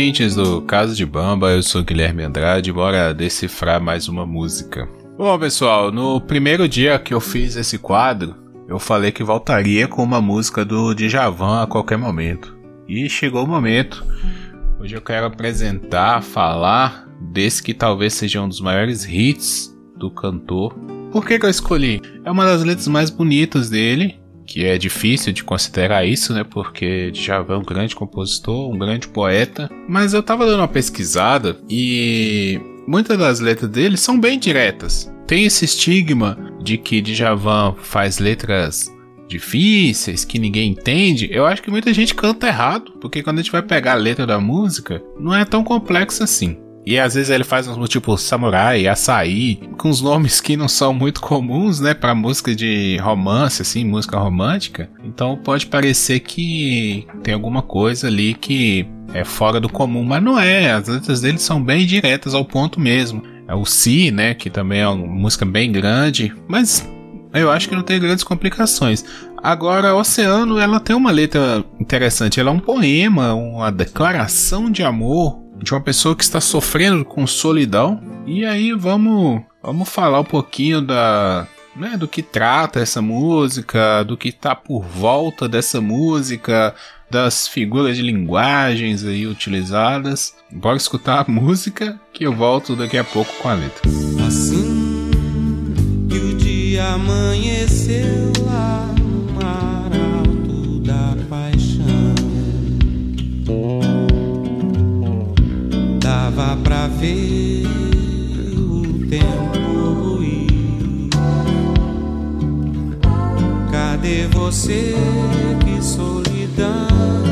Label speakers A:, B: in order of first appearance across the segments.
A: ouvintes do Casa de Bamba, eu sou Guilherme Andrade, bora decifrar mais uma música. Bom, pessoal, no primeiro dia que eu fiz esse quadro, eu falei que voltaria com uma música do Djavan a qualquer momento. E chegou o momento. Hoje eu quero apresentar, falar desse que talvez seja um dos maiores hits do cantor. Por que eu escolhi? É uma das letras mais bonitas dele, que é difícil de considerar isso, né? Porque Djavan é um grande compositor, um grande poeta. Mas eu tava dando uma pesquisada e muitas das letras dele são bem diretas. Tem esse estigma de que Djavan faz letras difíceis, que ninguém entende. Eu acho que muita gente canta errado, porque quando a gente vai pegar a letra da música, não é tão complexa assim. E às vezes ele faz uns tipo Samurai, Açaí, com os nomes que não são muito comuns, né, pra música de romance, assim, música romântica. Então pode parecer que tem alguma coisa ali que é fora do comum, mas não é. As letras dele são bem diretas ao ponto mesmo. É o Si, né, que também é uma música bem grande, mas eu acho que não tem grandes complicações. Agora, Oceano, ela tem uma letra interessante. Ela é um poema, uma declaração de amor de uma pessoa que está sofrendo com solidão. E aí vamos falar um pouquinho do que trata essa música, do que está por volta dessa música, das figuras de linguagens aí utilizadas. Bora escutar a música que eu volto daqui a pouco com a letra.
B: Assim que o dia amanheceu lá no mar alto da paixão, dava pra ver o tempo ruir. Cadê você, que solidão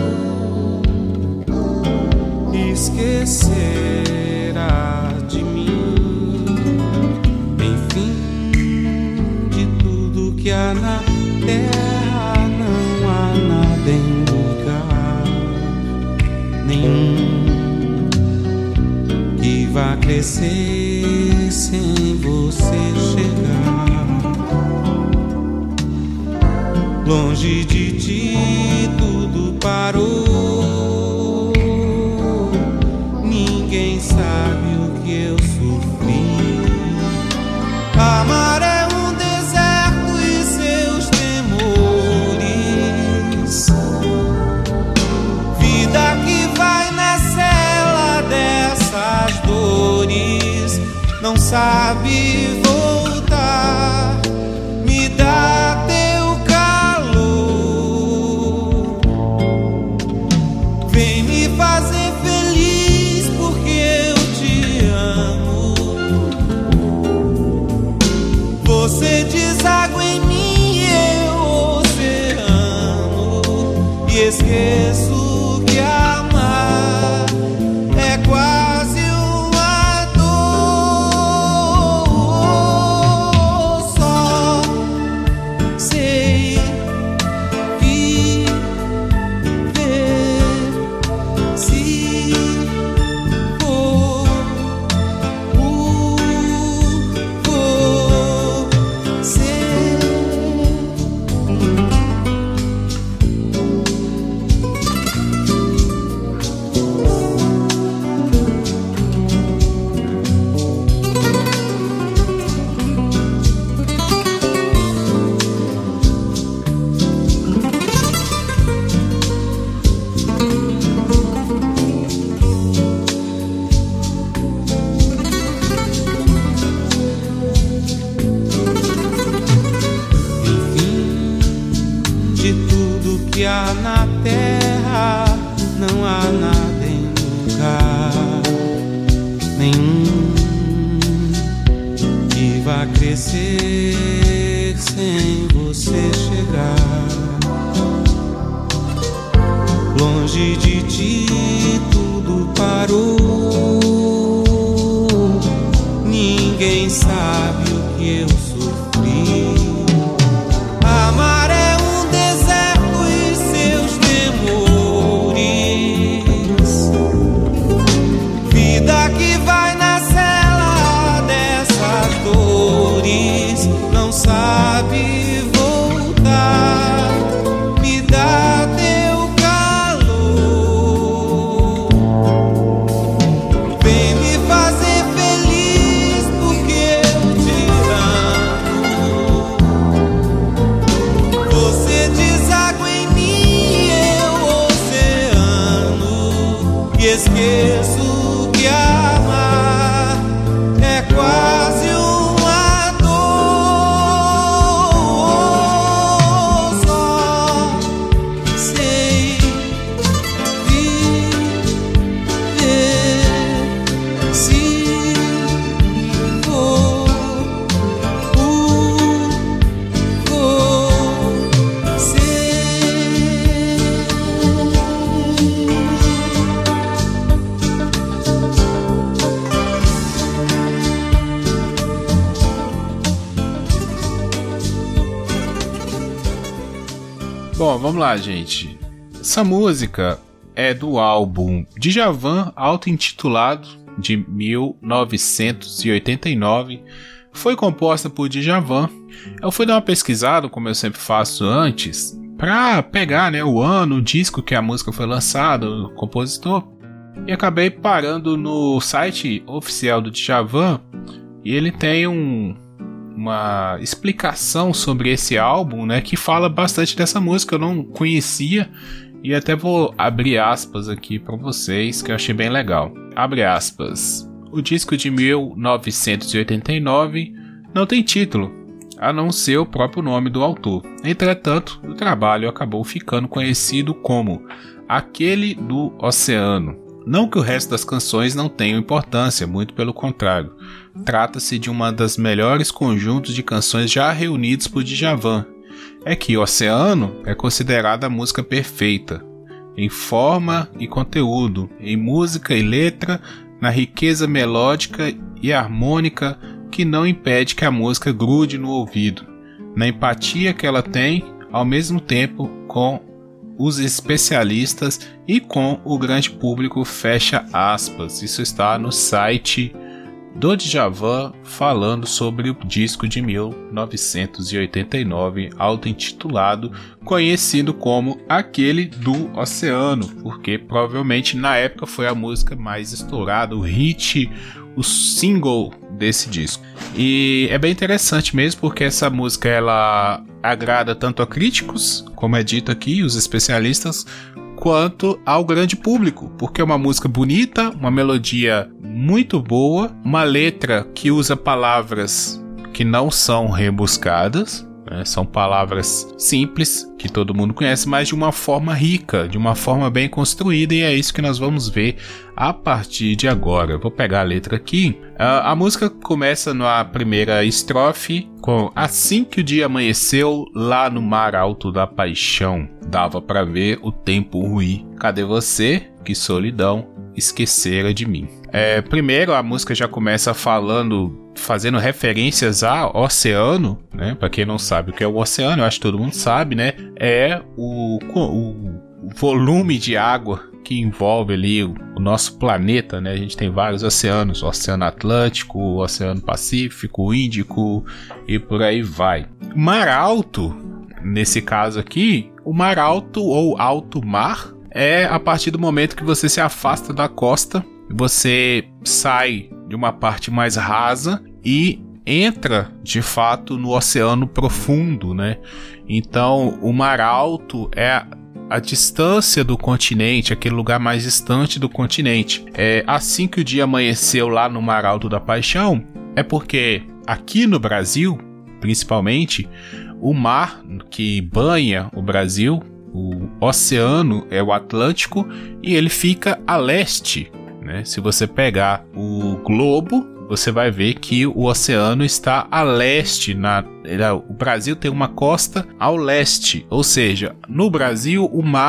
B: esquecerá de mim? Enfim, de tudo que há na terra, não há nada em lugar nenhum que vá crescer sem você chegar. Longe de ti tudo parou, ninguém sabe o que eu sofri. Amar é um deserto e seus temores, vida que vai na cela dessas dores, não sabe voltar. Me dá teu calor, vem me fazer feliz porque eu te amo. Você deságua em mim, eu oceano, e esqueço que amar é quase uma dor. Só sei viver se for por você. De tudo que há na terra, não há nada em lugar nenhum que vá crescer sem você chegar. Longe de ti tudo parou, ninguém sabe o que eu sofri. Amar é um deserto e seus temores, vida que vai na cela dessas dores, não sabe voltar. Me dá teu calor,
A: Bom, vamos lá, gente. Essa música é do álbum Djavan, auto-intitulado, de 1989. Foi composta por Djavan. Eu fui dar uma pesquisada, como eu sempre faço antes, pra pegar, né, o ano, o disco que a música foi lançada, o compositor, e acabei parando no site oficial do Djavan, e ele tem uma explicação sobre esse álbum, né, que fala bastante dessa música. Eu não conhecia, e até vou abrir aspas aqui para vocês, que eu achei bem legal. Abre aspas. O disco de 1989 não tem título, a não ser o próprio nome do autor. Entretanto, o trabalho acabou ficando conhecido como Aquele do Oceano. Não que o resto das canções não tenham importância, muito pelo contrário. Trata-se de uma das melhores conjuntos de canções já reunidos por Djavan. É que Oceano é considerada a música perfeita, em forma e conteúdo, em música e letra, na riqueza melódica e harmônica que não impede que a música grude no ouvido, na empatia que ela tem, ao mesmo tempo com os especialistas e com o grande público, fecha aspas. Isso está no site do Djavan, falando sobre o disco de 1989, auto-intitulado, conhecido como Aquele do Oceano, porque provavelmente na época foi a música mais estourada, o hit, o single desse disco. E é bem interessante mesmo, porque essa música ela agrada tanto a críticos, como é dito aqui, os especialistas, quanto ao grande público, porque é uma música bonita, uma melodia muito boa, uma letra que usa palavras que não são rebuscadas, né? São palavras simples, que todo mundo conhece, mas de uma forma rica, de uma forma bem construída, e é isso que nós vamos ver a partir de agora. Eu vou pegar a letra aqui. A música começa na primeira estrofe com: assim que o dia amanheceu lá no mar alto da paixão, dava pra ver o tempo ruir. Cadê você? Que solidão esquecera de mim. Primeiro a música já começa fazendo referências ao oceano, né? Para quem não sabe o que é o oceano, eu acho que todo mundo sabe, né? É o volume de água que envolve ali o nosso planeta, né? A gente tem vários oceanos: o Oceano Atlântico, o Oceano Pacífico, o Índico e por aí vai. Mar alto, nesse caso aqui, o mar alto ou alto mar é a partir do momento que você se afasta da costa, você sai de uma parte mais rasa e entra de fato no oceano profundo, né? Então o mar alto é a distância do continente, aquele lugar mais distante do continente. Assim que o dia amanheceu lá no mar alto da paixão, é porque aqui no Brasil, principalmente, o mar que banha o Brasil, o oceano, é o Atlântico, e ele fica a leste, né? Se você pegar o globo, você vai ver que o oceano está a leste. O Brasil tem uma costa ao leste, ou seja, no Brasil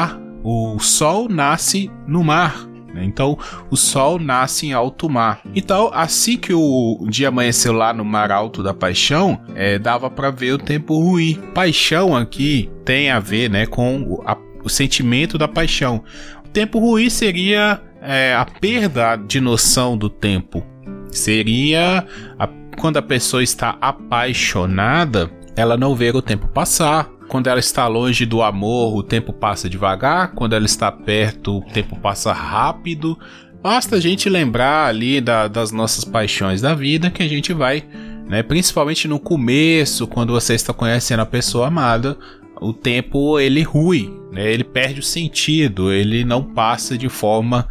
A: o sol nasce no mar, né? Então o sol nasce em alto mar. Então assim que o dia amanheceu lá no mar alto da paixão, dava para ver o tempo ruim. Paixão aqui tem a ver, né, com o sentimento da paixão. O tempo ruim seria a perda de noção do tempo. Seria quando a pessoa está apaixonada, ela não vê o tempo passar. Quando ela está longe do amor, o tempo passa devagar. Quando ela está perto, o tempo passa rápido. Basta a gente lembrar ali das nossas paixões da vida, que a gente vai, né, principalmente no começo, quando você está conhecendo a pessoa amada, o tempo ele rui, né, ele perde o sentido, ele não passa de forma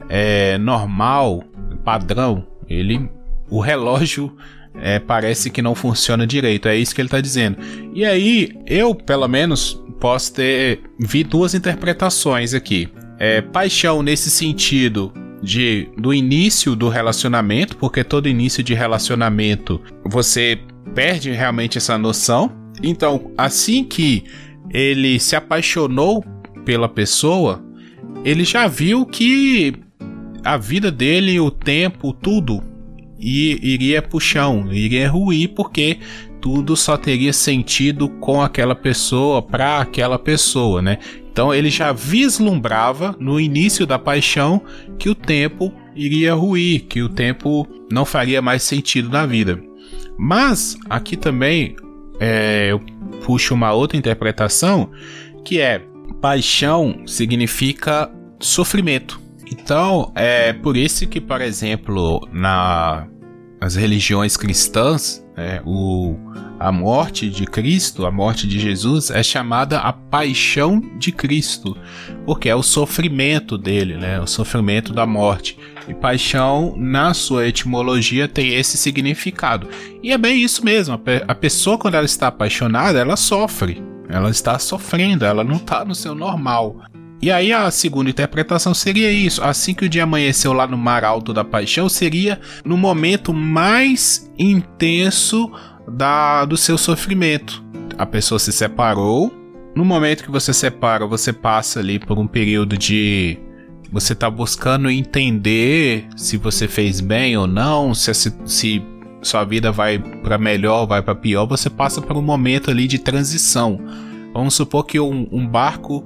A: normal, padrão. O relógio parece que não funciona direito, é isso que ele está dizendo. E aí, eu, pelo menos, posso vi duas interpretações aqui. Paixão nesse sentido do início do relacionamento, porque todo início de relacionamento você perde realmente essa noção. Então, assim que ele se apaixonou pela pessoa, ele já viu que a vida dele, o tempo, tudo iria pro chão, iria ruir, porque tudo só teria sentido com aquela pessoa, para aquela pessoa, né? Então ele já vislumbrava no início da paixão que o tempo iria ruir, que o tempo não faria mais sentido na vida. Mas aqui também eu puxo uma outra interpretação, que é paixão significa sofrimento. Então é por isso que, por exemplo, nas religiões cristãs, a morte de Cristo, a morte de Jesus é chamada a paixão de Cristo, porque é o sofrimento dele, né? O sofrimento da morte. E paixão, na sua etimologia, tem esse significado. E é bem isso mesmo, a pessoa, quando ela está apaixonada, ela sofre, ela está sofrendo, ela não está no seu normal. E aí a segunda interpretação seria isso: assim que o dia amanheceu lá no mar alto da paixão, seria no momento mais intenso do seu sofrimento. A pessoa se separou. No momento que você separa, você passa ali por um período de... Você está buscando entender se você fez bem ou não, se sua vida vai para melhor ou vai para pior. Você passa por um momento ali de transição. Vamos supor que um barco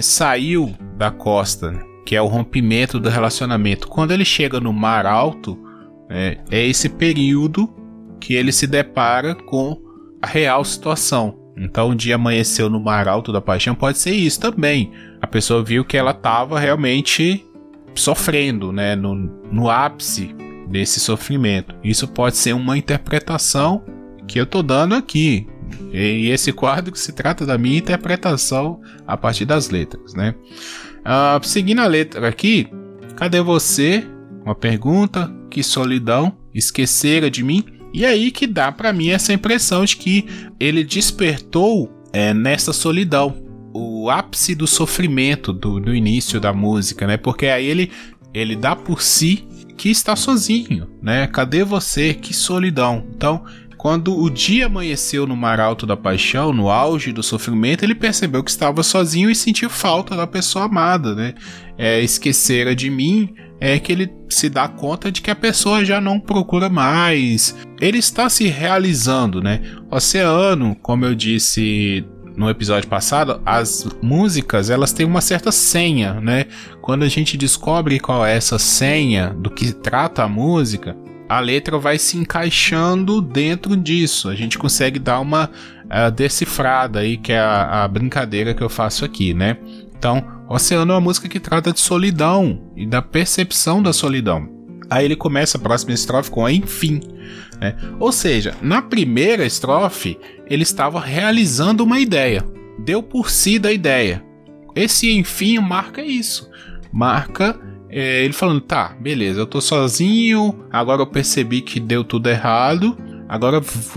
A: saiu da costa, que é o rompimento do relacionamento. Quando ele chega no mar alto, é esse período que ele se depara com a real situação. Então, um dia amanheceu no mar alto da paixão, pode ser isso também. A pessoa viu que ela estava realmente sofrendo, né, no ápice desse sofrimento. Isso pode ser uma interpretação que eu estou dando aqui. E esse quadro se trata da minha interpretação a partir das letras, né? Seguindo a letra aqui, cadê você? Uma pergunta, que solidão, esquecera de mim. E aí que dá pra mim essa impressão de que ele despertou nessa solidão, o ápice do sofrimento do início da música, né? Porque aí ele dá por si que está sozinho, né? Cadê você? Que solidão. Então, quando o dia amanheceu no mar alto da paixão, no auge do sofrimento, ele percebeu que estava sozinho e sentiu falta da pessoa amada, né? Esquecera de mim, que ele se dá conta de que a pessoa já não procura mais. Ele está se realizando, né? Oceano, como eu disse no episódio passado, as músicas, elas têm uma certa senha, né? Quando a gente descobre qual é essa senha do que trata a música, a letra vai se encaixando dentro disso. A gente consegue dar uma decifrada aí, que é a brincadeira que eu faço aqui, né? Então, Oceano é uma música que trata de solidão e da percepção da solidão. Aí ele começa a próxima estrofe com a enfim, né? Ou seja, na primeira estrofe, ele estava realizando uma ideia. Deu por si da ideia. Esse enfim marca isso. Marca ele falando, tá, beleza, eu tô sozinho, agora eu percebi que deu tudo errado, agora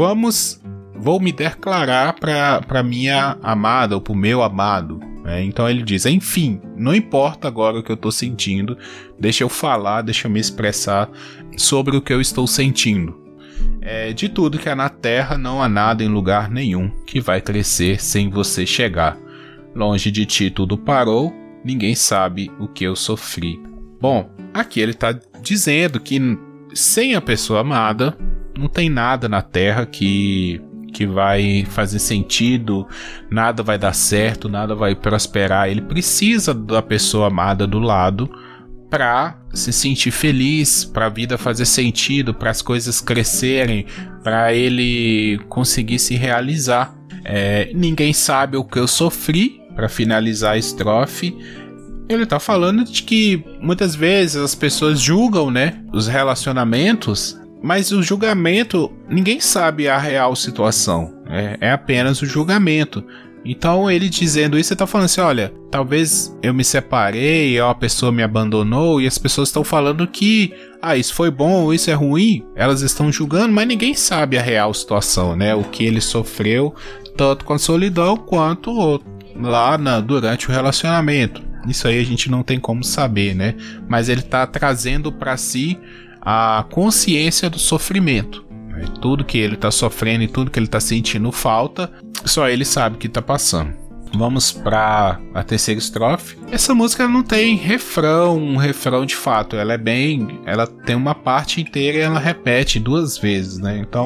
A: vou me declarar pra minha amada, ou pro meu amado. Então ele diz, enfim, não importa agora o que eu tô sentindo, deixa eu falar, deixa eu me expressar sobre o que eu estou sentindo. De tudo que há na terra, não há nada em lugar nenhum que vai crescer sem você chegar. Longe de ti tudo parou, ninguém sabe o que eu sofri. Bom, aqui ele está dizendo que sem a pessoa amada, não tem nada na terra que vai fazer sentido, nada vai dar certo, nada vai prosperar. Ele precisa da pessoa amada do lado para se sentir feliz, para a vida fazer sentido, para as coisas crescerem, para ele conseguir se realizar. Ninguém sabe o que eu sofri, para finalizar a estrofe. Ele está falando de que muitas vezes as pessoas julgam, né, os relacionamentos, mas o julgamento, ninguém sabe a real situação, é apenas o julgamento. Então ele dizendo isso, ele está falando assim, olha, talvez eu me separei, ou a pessoa me abandonou, e as pessoas estão falando que, isso foi bom, ou isso é ruim, elas estão julgando, mas ninguém sabe a real situação, né, o que ele sofreu, tanto com a solidão, quanto lá durante o relacionamento. Isso aí a gente não tem como saber, né, mas ele está trazendo para si a consciência do sofrimento. Tudo que ele está sofrendo e tudo que ele está sentindo falta, só ele sabe que está passando. Vamos para a terceira estrofe. Essa música não tem um refrão de fato. Ela tem uma parte inteira e ela repete 2 vezes, né? Então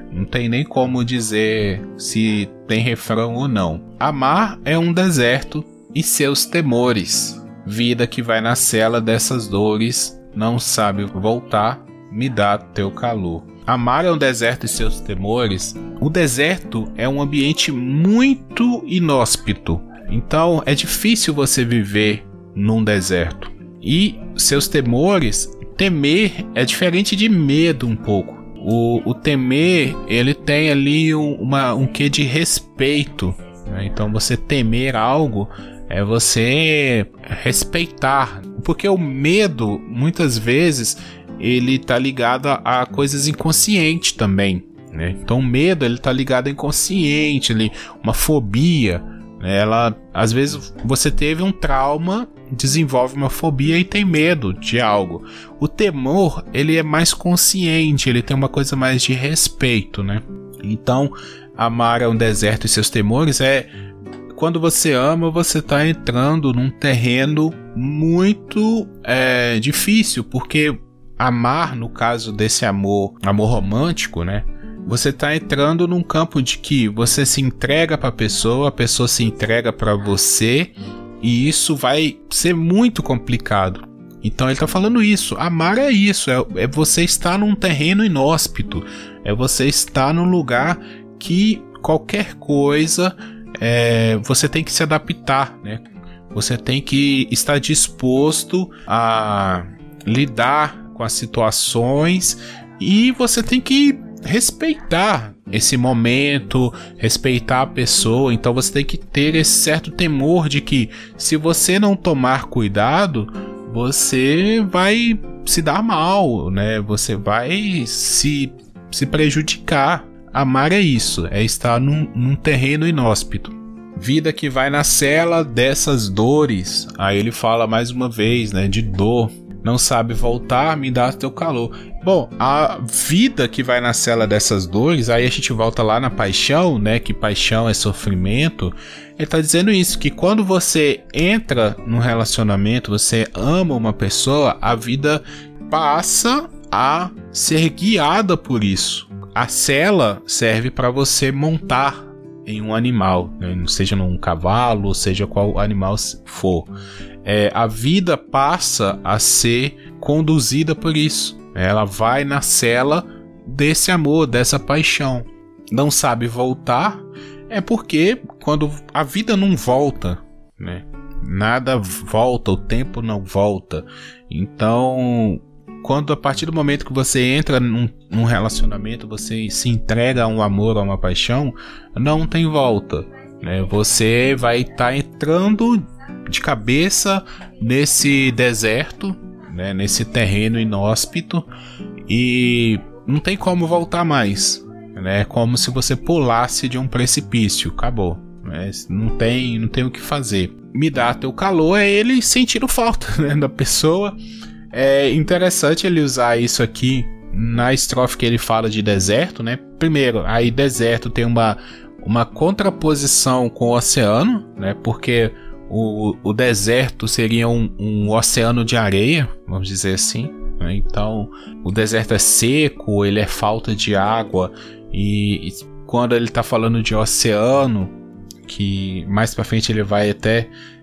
A: Não tem nem como dizer se tem refrão ou não. Amar é um deserto e seus temores. Vida que vai na cela dessas dores, não sabe voltar, me dá teu calor. Amar é um deserto e seus temores. O deserto é um ambiente muito inóspito. Então é difícil você viver num deserto. E seus temores, temer é diferente de medo um pouco. O temer, ele tem ali um quê de respeito, né? Então você temer algo é você respeitar. Porque o medo, muitas vezes, ele tá ligado a coisas inconscientes também, né? Então o medo, ele tá ligado ao inconsciente, ali, uma fobia, né? Às vezes você teve um trauma, desenvolve uma fobia e tem medo de algo. O temor, ele é mais consciente, ele tem uma coisa mais de respeito, né? Então, amar é um deserto e seus temores quando você ama, você está entrando num terreno muito difícil, porque amar, no caso desse amor romântico, né? Você está entrando num campo de que você se entrega para a pessoa se entrega para você, e isso vai ser muito complicado. Então ele está falando isso. Amar é isso, é você estar num terreno inóspito, é você estar num lugar que qualquer coisa você tem que se adaptar, né? Você tem que estar disposto a lidar com as situações e você tem que respeitar esse momento, respeitar a pessoa. Então você tem que ter esse certo temor de que se você não tomar cuidado, você vai se dar mal, né? Você vai se prejudicar. Amar é isso, é estar num terreno inóspito. Vida que vai na cela dessas dores. Aí ele fala mais uma vez, né, de dor. Não sabe voltar, me dá teu calor. Bom, a vida que vai na cela dessas dores, aí a gente volta lá na paixão, né, que paixão é sofrimento. Ele tá dizendo isso, que quando você entra num relacionamento, você ama uma pessoa, a vida passa a ser guiada por isso. A cela serve para você montar em um animal, né? Seja num cavalo, seja qual animal for. A vida passa a ser conduzida por isso. Ela vai na cela desse amor, dessa paixão. Não sabe voltar, é porque quando a vida não volta, né? Nada volta, o tempo não volta. Então, quando a partir do momento que você entra num relacionamento, você se entrega a um amor, a uma paixão, não tem volta, né? Você vai estar entrando de cabeça nesse deserto, né? Nesse terreno inóspito, e não tem como voltar mais, né? É como se você pulasse de um precipício, acabou, né? Não tem o que fazer. Me dá teu calor é ele sentindo falta, né, da pessoa. É interessante ele usar isso aqui na estrofe que ele fala de deserto, né? Primeiro, aí deserto tem uma contraposição com o oceano, né? Porque o deserto seria um oceano de areia, vamos dizer assim, né? Então, o deserto é seco, ele é falta de água, e quando ele está falando de oceano, que mais pra frente ele vai até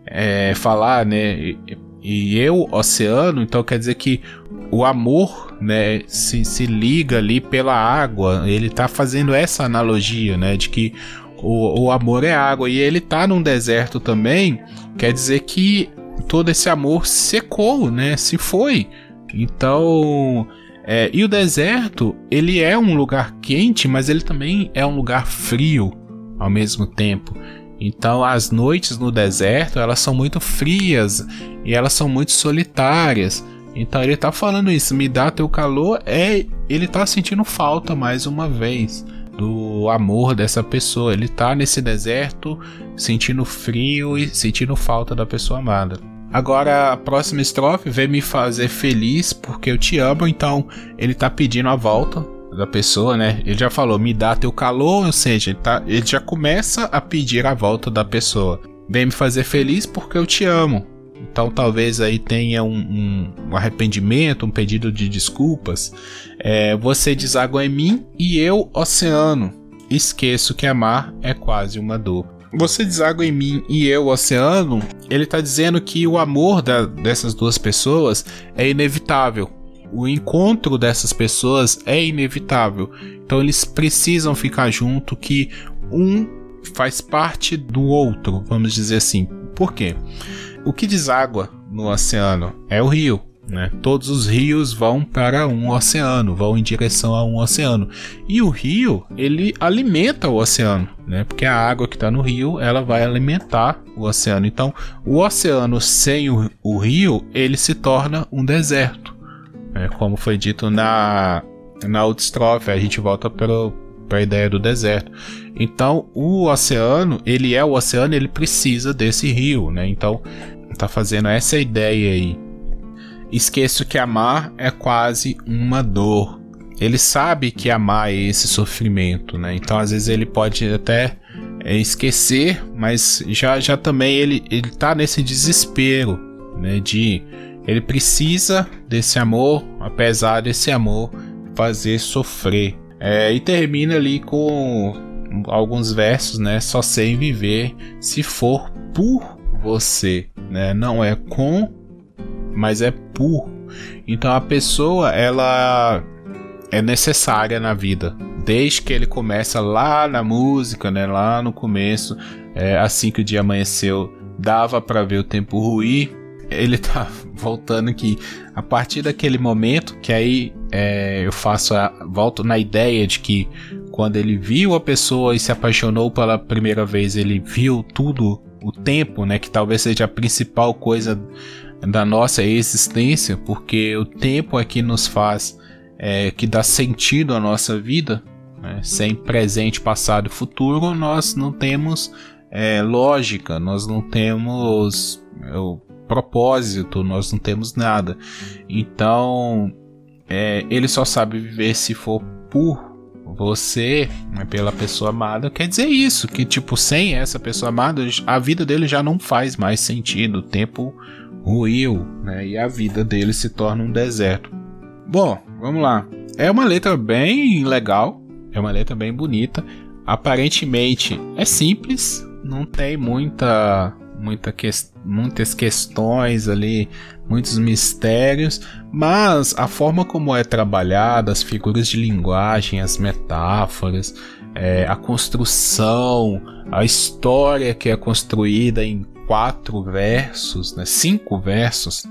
A: falar, né? E oceano, então quer dizer que o amor, né, se liga ali pela água. Ele tá fazendo essa analogia, né, de que o amor é água, e ele tá num deserto também, quer dizer que todo esse amor secou, né, se foi. Então, e o deserto, ele é um lugar quente, mas ele também é um lugar frio ao mesmo tempo. Então as noites no deserto, elas são muito frias e elas são muito solitárias. Então ele tá falando isso, me dá teu calor, ele tá sentindo falta mais uma vez do amor dessa pessoa. Ele tá nesse deserto sentindo frio e sentindo falta da pessoa amada. Agora a próxima estrofe: vem me fazer feliz porque eu te amo. Então ele tá pedindo a volta da pessoa, né? Ele já falou, me dá teu calor, ou seja, ele já começa a pedir a volta da pessoa. Vem me fazer feliz porque eu te amo. Então talvez aí tenha um arrependimento, um pedido de desculpas. Você deságua em mim e eu, oceano, esqueço que amar é quase uma dor. Você deságua em mim e eu, oceano, ele está dizendo que o amor dessas duas pessoas é inevitável. O encontro dessas pessoas é inevitável. Então eles precisam ficar junto, que um faz parte do outro, vamos dizer assim. Por quê? O que deságua no oceano é o rio, né? Todos os rios vão para um oceano, vão em direção a um oceano. E o rio, ele alimenta o oceano, né? Porque a água que está no rio, ela vai alimentar o oceano. Então, o oceano sem o rio, ele se torna um deserto. Como foi dito na outra estrofe, a gente volta para a ideia do deserto. Então, o oceano, ele é o oceano, ele precisa desse rio, né? Então, tá fazendo essa ideia aí. Esqueço que amar é quase uma dor. Ele sabe que amar é esse sofrimento, né? Então, às vezes, ele pode até esquecer, mas já também ele tá nesse desespero, né? Ele precisa desse amor, apesar desse amor fazer sofrer. E termina ali com alguns versos, né? Só sei viver se for por você, né? Não é com, mas é por. Então a pessoa, ela é necessária na vida. Desde que ele começa lá na música, né? Lá no começo, assim que o dia amanheceu, dava para ver o tempo ruir. Ele tá voltando que a partir daquele momento, que aí eu volto na ideia de que quando ele viu a pessoa e se apaixonou pela primeira vez, ele viu tudo, o tempo, né, que talvez seja a principal coisa da nossa existência, porque o tempo é que nos faz, que dá sentido à nossa vida, né? Sem presente, passado e futuro, nós não temos lógica, nós não temos propósito, nós não temos nada. Então ele só sabe viver se for por você, pela pessoa amada. Quer dizer isso, que tipo, sem essa pessoa amada, a vida dele já não faz mais sentido, o tempo ruiu, né? E a vida dele se torna um deserto. Bom, vamos lá. É uma letra bem legal, é uma letra bem bonita. Aparentemente é simples, não tem muitas questões ali, muitos mistérios, mas a forma como é trabalhada, as figuras de linguagem, as metáforas, a construção, a história que é construída em 4 versos, né, 5 versos,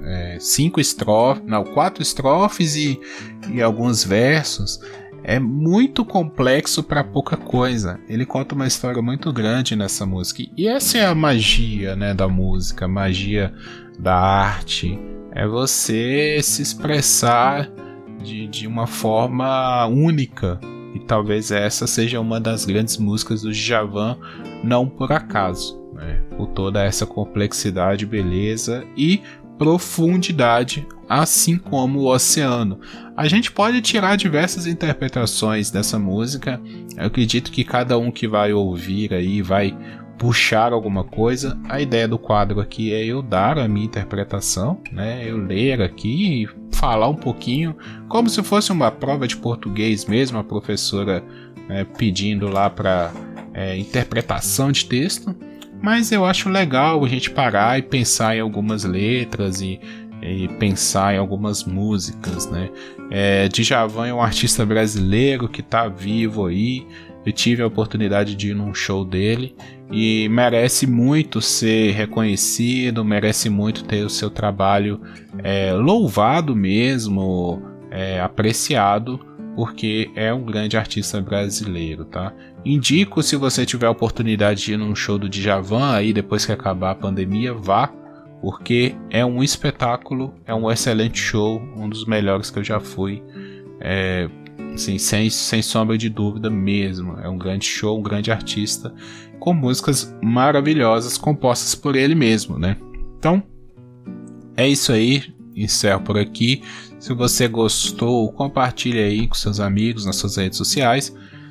A: 4 estrofes e alguns versos. É muito complexo para pouca coisa. Ele conta uma história muito grande nessa música. E essa é a magia, né, da música, a magia da arte. É você se expressar de uma forma única. E talvez essa seja uma das grandes músicas do Djavan, não por acaso, né? Por toda essa complexidade, beleza e profundidade, assim como o oceano. A gente pode tirar diversas interpretações dessa música. Eu acredito que cada um que vai ouvir aí vai puxar alguma coisa. A ideia do quadro aqui é eu dar a minha interpretação, né? Eu ler aqui e falar um pouquinho, como se fosse uma prova de português mesmo, a professora pedindo lá para interpretação de texto. Mas eu acho legal a gente parar e pensar em algumas letras e pensar em algumas músicas, né? Djavan é um artista brasileiro que está vivo aí. Eu tive a oportunidade de ir num show dele e merece muito ser reconhecido, merece muito ter o seu trabalho louvado mesmo, apreciado, porque é um grande artista brasileiro, tá? Indico, se você tiver a oportunidade de ir num show do Djavan aí depois que acabar a pandemia, vá, porque é um espetáculo, é um excelente show, um dos melhores que eu já fui, assim, sem sombra de dúvida mesmo. É um grande show, um grande artista, com músicas maravilhosas compostas por ele mesmo, né? Então, é isso aí, encerro por aqui. Se você gostou, compartilhe aí com seus amigos nas suas redes sociais.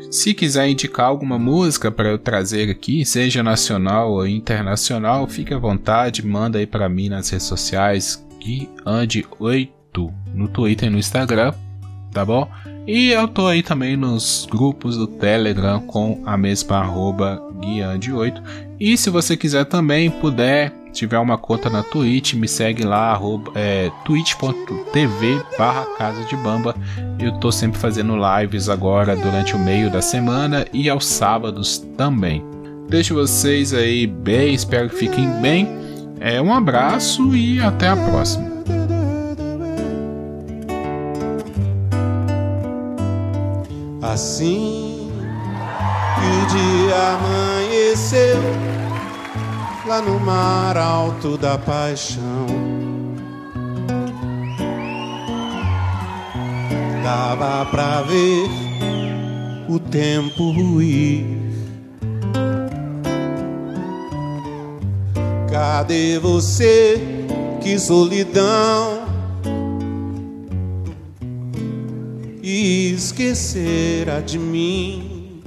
A: Se quiser indicar alguma música para eu trazer aqui, seja nacional ou internacional, fique à vontade, manda aí para mim nas redes sociais, GuiAnd8 no Twitter e no Instagram, tá bom? E eu tô aí também nos grupos do Telegram com a mesma @GuiAnd8. E se você quiser também, tiver uma conta na Twitch, me segue lá, twitch.tv/Casa de Bamba. Eu tô sempre fazendo lives agora durante o meio da semana e aos sábados também. Deixo vocês aí bem, espero que fiquem bem. Um abraço e até a próxima.
B: Assim que o dia amanheceu lá no mar alto da paixão, dava pra ver o tempo ruir. Cadê você? Que solidão! E esquecera de mim.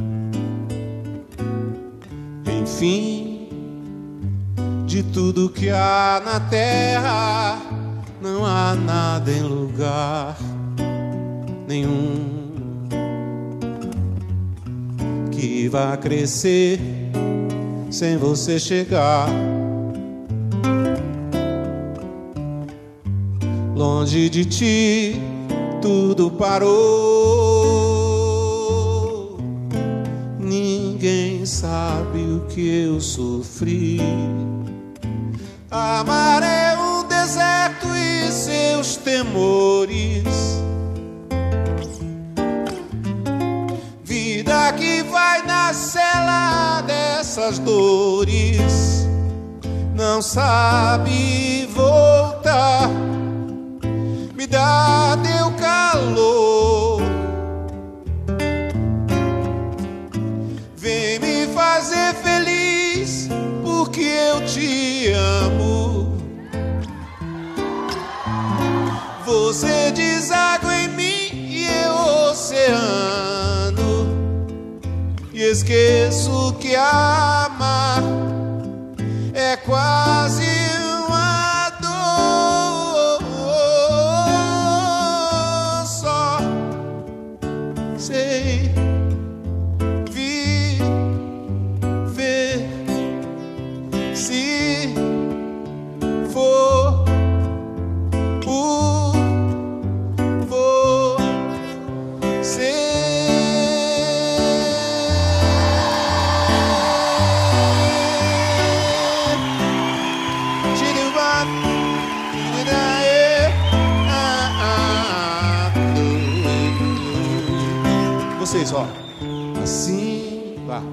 B: Enfim, de tudo que há na terra, não há nada em lugar nenhum que vá crescer sem você chegar. Longe de ti tudo parou. Ninguém sabe o que eu sofri. Amar é um deserto e seus temores. Vida que vai na cela dessas dores. Não sabe voltar. Me dá teu calor. Vem me fazer feliz, porque eu te amo. Você deságua em mim e eu oceano. E esqueço que amar é quase uma dor. Só sei viver se for por você. Vocês, ó, assim, vá.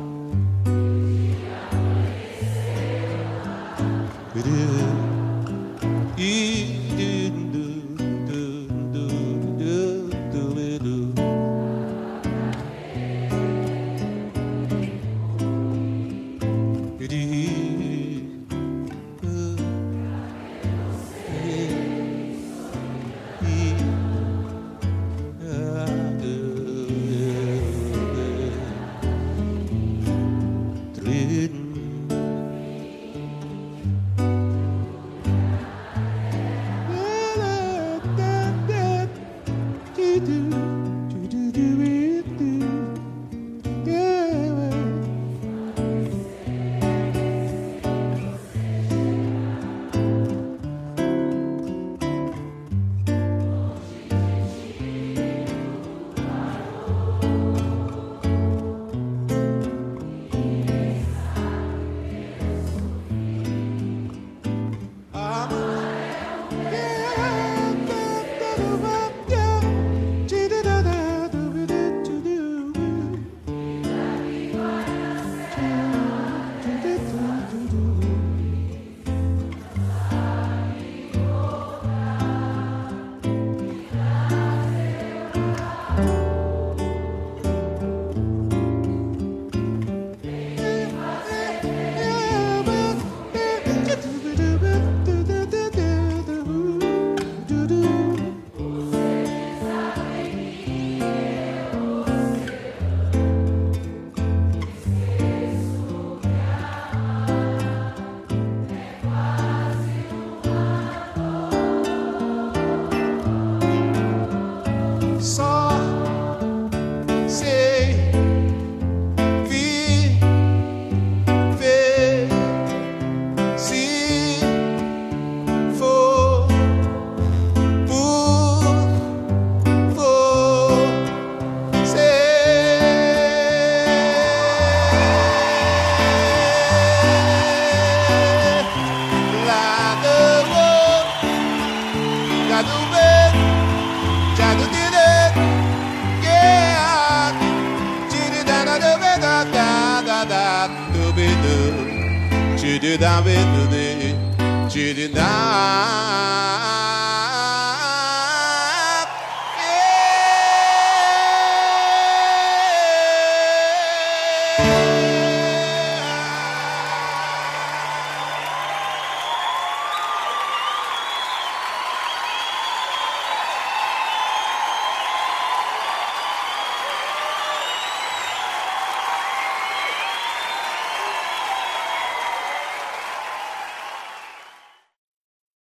B: Te